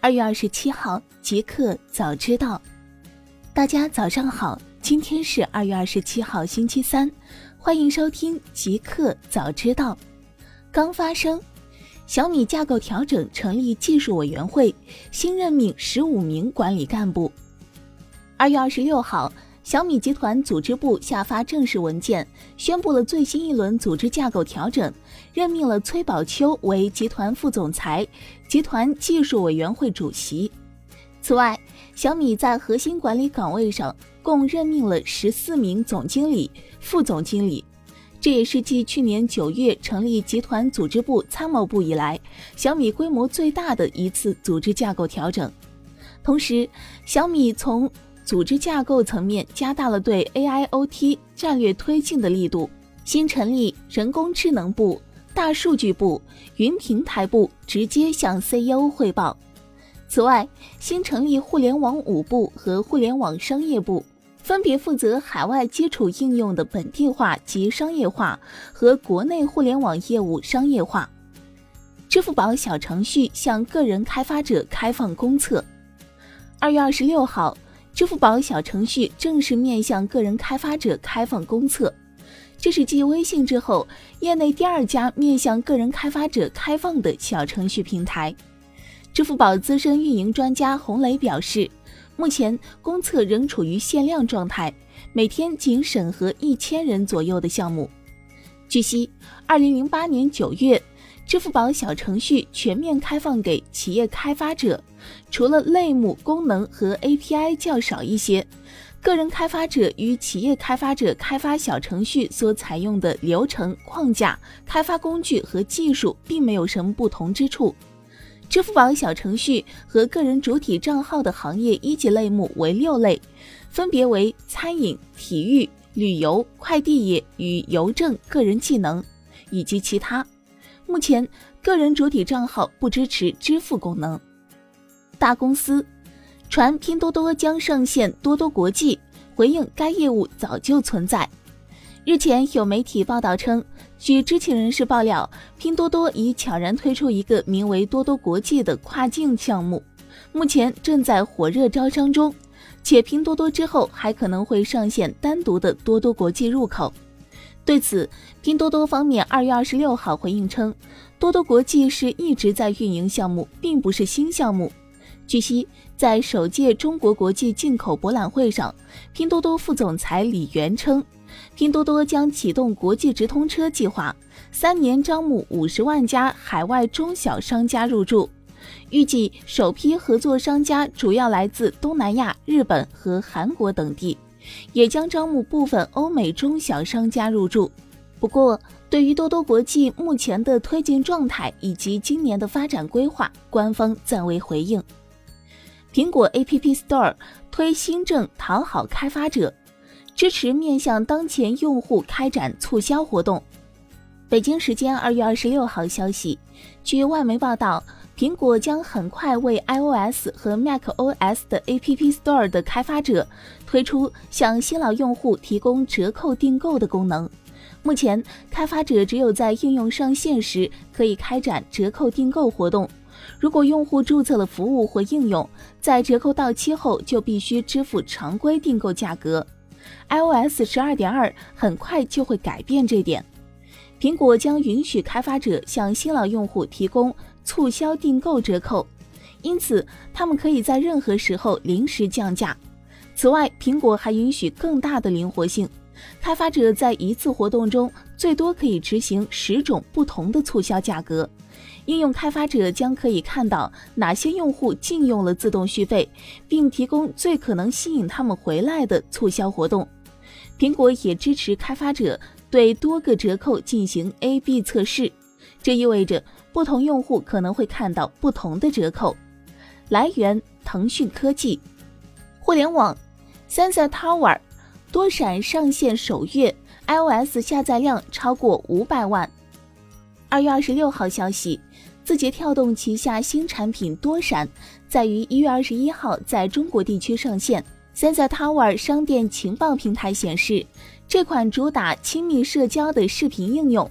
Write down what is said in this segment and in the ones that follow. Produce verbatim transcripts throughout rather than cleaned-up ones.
二月二十七号，极客早知道。大家早上好，今天是二月二十七号星期三，欢迎收听极客早知道。刚发生，小米架构调整成立技术委员会，新任命十五名管理干部。二月二十六号，小米集团组织部下发正式文件，宣布了最新一轮组织架构调整，任命了崔宝秋为集团副总裁、集团技术委员会主席。此外，小米在核心管理岗位上共任命了十四名总经理、副总经理，这也是继去年九月成立集团组织部参谋部以来，小米规模最大的一次组织架构调整。同时，小米从组织架构层面加大了对 A I O T 战略推进的力度，新成立人工智能部、大数据部、云平台部，直接向 C E O 汇报。此外，新成立互联网五部和互联网商业部，分别负责海外基础应用的本地化及商业化和国内互联网业务商业化。支付宝小程序向个人开发者开放公测。二月二十六号，支付宝小程序正式面向个人开发者开放公测，这是继微信之后，业内第二家面向个人开发者开放的小程序平台。支付宝资深运营专家洪磊表示，目前公测仍处于限量状态，每天仅审核一千人左右的项目。据悉，二零零八年九月，支付宝小程序全面开放给企业开发者，除了类目、功能和 A P I 较少一些，个人开发者与企业开发者开发小程序所采用的流程、框架、开发工具和技术并没有什么不同之处。支付宝小程序和个人主体账号的行业一级类目为六类，分别为餐饮、体育、旅游、快递业与邮政、个人技能以及其他。目前，个人主体账号不支持支付功能。大公司传拼多多将上线多多国际，回应该业务早就存在。日前有媒体报道称，据知情人士爆料，拼多多已悄然推出一个名为多多国际的跨境项目，目前正在火热招商中，且拼多多之后还可能会上线单独的多多国际入口。对此，拼多多方面二月二十六号回应称，多多国际是一直在运营项目，并不是新项目。据悉，在首届中国国际进口博览会上，拼多多副总裁李源称，拼多多将启动国际直通车计划，三年招募五十万家海外中小商家入驻，预计首批合作商家主要来自东南亚、日本和韩国等地，也将招募部分欧美中小商家入驻。不过，对于多多国际目前的推进状态以及今年的发展规划，官方暂未回应。苹果 A P P Store 推新政讨好开发者，支持面向当前用户开展促销活动。北京时间二月二十六号消息，据外媒报道，苹果将很快为 iOS 和 macOS 的 A P P Store 的开发者推出向新老用户提供折扣订购的功能。目前，开发者只有在应用上线时可以开展折扣订购活动。如果用户注册了服务或应用，在折扣到期后就必须支付常规订购价格。iOS 十二点二 很快就会改变这点。苹果将允许开发者向新老用户提供促销订购折扣，因此他们可以在任何时候临时降价。此外，苹果还允许更大的灵活性，开发者在一次活动中最多可以执行十种不同的促销价格。应用开发者将可以看到哪些用户禁用了自动续费，并提供最可能吸引他们回来的促销活动。苹果也支持开发者对多个折扣进行 A B 测试，这意味着不同用户可能会看到不同的折扣。来源：腾讯科技。互联网 Sensor Tower 多闪上线首月 iOS 下载量超过五百万。二月二十六号消息，字节跳动旗下新产品多闪在于一月二十一号在中国地区上线。Sensor Tower 商店情报平台显示，这款主打亲密社交的视频应用，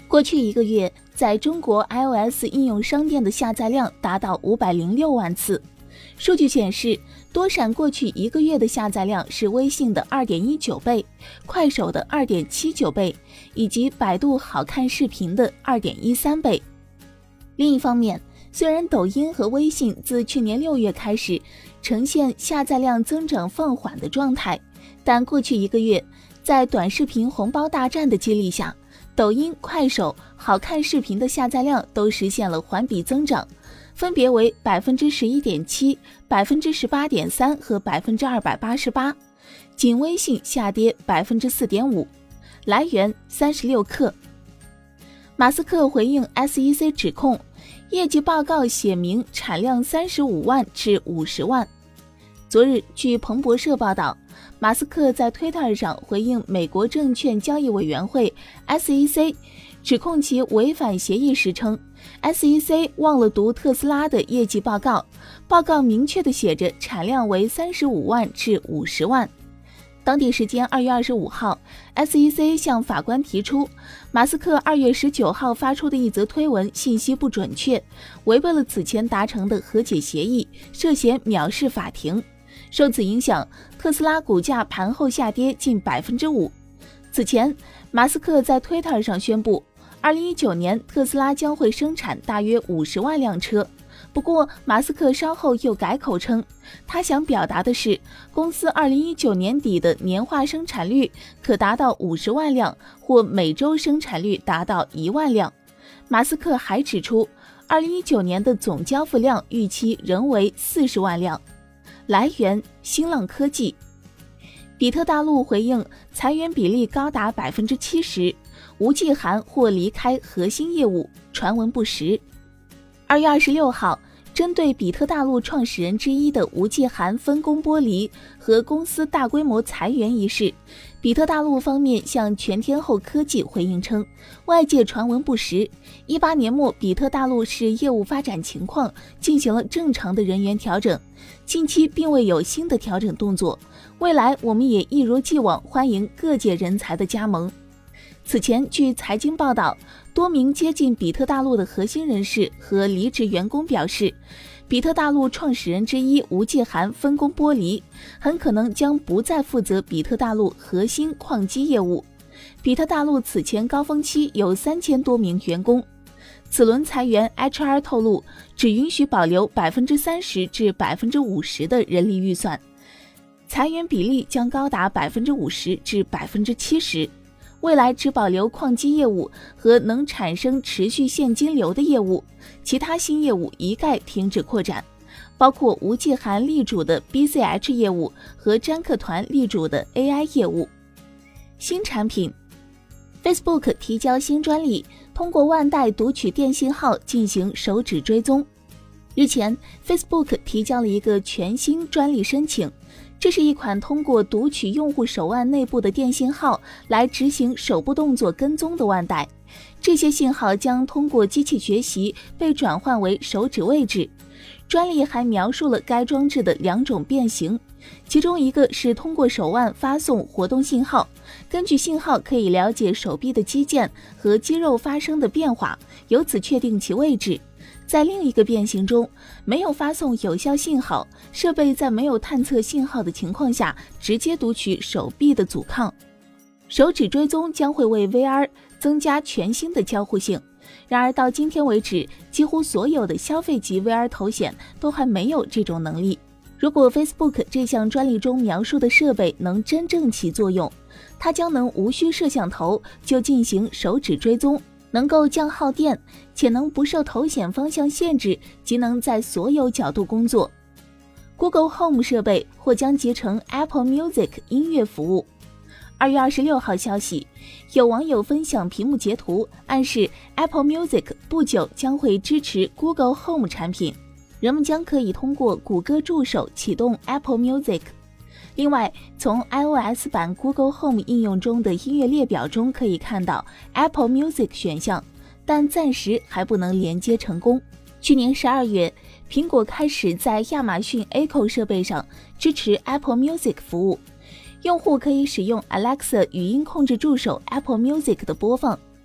过去一个月，在中国 iOS 应用商店的下载量达到五百零六万次。数据显示，多闪过去一个月的下载量是微信的 二点一九倍，快手的 二点七九倍，以及百度好看视频的 二点一三倍。另一方面，虽然抖音和微信自去年六月开始呈现下载量增长放缓的状态，但过去一个月，在短视频红包大战的激励下，抖音、快手、好看视频的下载量都实现了环比增长，分别为 百分之十一点七、百分之十八点三 和 百分之二百八十八， 仅微信下跌 百分之四点五。 来源三十六氪。马斯克回应 S E C 指控，业绩报告写明产量三十五万至五十万。昨日，据彭博社报道，马斯克在推特上回应美国证券交易委员会 S E C 指控其违反协议时称， S E C 忘了读特斯拉的业绩报告，报告明确地写着产量为三十五万至五十万。当地时间二月二十五号 ，S E C 向法官提出，马斯克二月十九号发出的一则推文信息不准确，违背了此前达成的和解协议，涉嫌藐视法庭。受此影响，特斯拉股价盘后下跌近 百分之五。 此前，马斯克在推特上宣布，二零一九年特斯拉将会生产大约五十万辆车。不过，马斯克稍后又改口称，他想表达的是，公司二零一九年底的年化生产率可达到五十万辆，或每周生产率达到一万辆。马斯克还指出，二零一九年的总交付量预期仍为四十万辆。来源新浪科技。比特大陆回应裁员比例高达 百分之七十， 吴继寒或离开核心业务，传闻不实。二月二十六号，针对比特大陆创始人之一的吴继寒分工剥离和公司大规模裁员一事，比特大陆方面向全天候科技回应称，外界传闻不实。一八年末，比特大陆是业务发展情况进行了正常的人员调整，近期并未有新的调整动作。未来我们也一如既往欢迎各界人才的加盟。此前，据财经报道，多名接近比特大陆的核心人士和离职员工表示，比特大陆创始人之一吴继寒分工剥离，很可能将不再负责比特大陆核心矿机业务。比特大陆此前高峰期有三千多名员工，此轮裁员 H R 透露，只允许保留 百分之三十 至 百分之五十 的人力预算，裁员比例将高达 百分之五十 至 百分之七十。未来只保留矿机业务和能产生持续现金流的业务，其他新业务一概停止扩展，包括吴继寒力主的 B C H 业务和詹克团力主的 A I 业务。新产品 Facebook 提交新专利，通过万代读取电信号进行手指追踪。日前 Facebook 提交了一个全新专利申请，这是一款通过读取用户手腕内部的电信号来执行手部动作跟踪的腕带，这些信号将通过机器学习被转换为手指位置。专利还描述了该装置的两种变形，其中一个是通过手腕发送活动信号，根据信号可以了解手臂的肌腱和肌肉发生的变化，由此确定其位置。在另一个变形中，没有发送有效信号，设备在没有探测信号的情况下直接读取手臂的阻抗。手指追踪将会为 V R 增加全新的交互性，然而到今天为止，几乎所有的消费级 V R 头显都还没有这种能力。如果 Facebook 这项专利中描述的设备能真正起作用，它将能无需摄像头就进行手指追踪，能够降耗电，且能不受头显方向限制，即能在所有角度工作。Google Home 设备或将集成 Apple Music 音乐服务。二月二十六号消息，有网友分享屏幕截图，暗示 Apple Music 不久将会支持 Google Home 产品，人们将可以通过谷歌助手启动 Apple Music。另外，从 iOS 版 Google Home 应用中的音乐列表中可以看到 Apple Music 选项，但暂时还不能连接成功。去年十二月，苹果开始在亚马逊 Echo 设备上支持 Apple Music 服务，用户可以使用 Alexa 语音控制助手 Apple Music 的播放。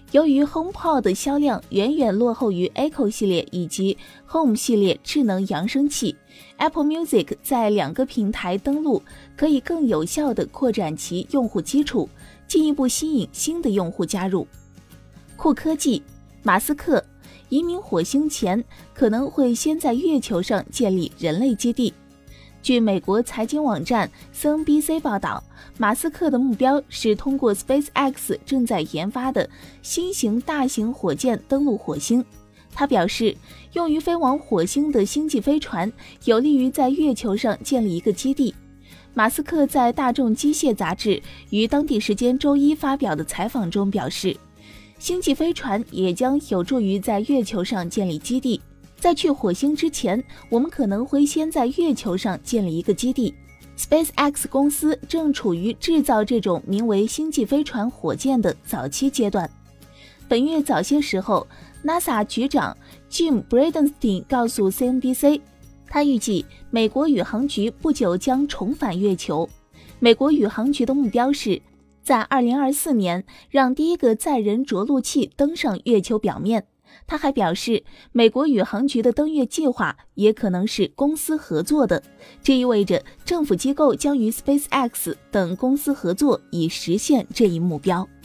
由于 HomePod 的销量远远落后于 Echo 系列以及 Home 系列智能扬声器， Apple Music 在两个平台登陆可以更有效地扩展其用户基础，进一步吸引新的用户加入。酷科技，马斯克移民火星前可能会先在月球上建立人类基地。据美国财经网站 C N B C 报道，马斯克的目标是通过 SpaceX 正在研发的新型大型火箭登陆火星。他表示，用于飞往火星的星际飞船有利于在月球上建立一个基地。马斯克在大众机械杂志于当地时间周一发表的采访中表示，星际飞船也将有助于在月球上建立基地。在去火星之前，我们可能会先在月球上建立一个基地。SpaceX 公司正处于制造这种名为星际飞船火箭的早期阶段。本月早些时候 NASA 局长 Jim Bridenstine 告诉 C N B C， 他预计美国宇航局不久将重返月球。美国宇航局的目标是在二零二四年让第一个载人着陆器登上月球表面。他还表示，美国宇航局的登月计划也可能是公司合作的，这意味着政府机构将与 SpaceX 等公司合作以实现这一目标。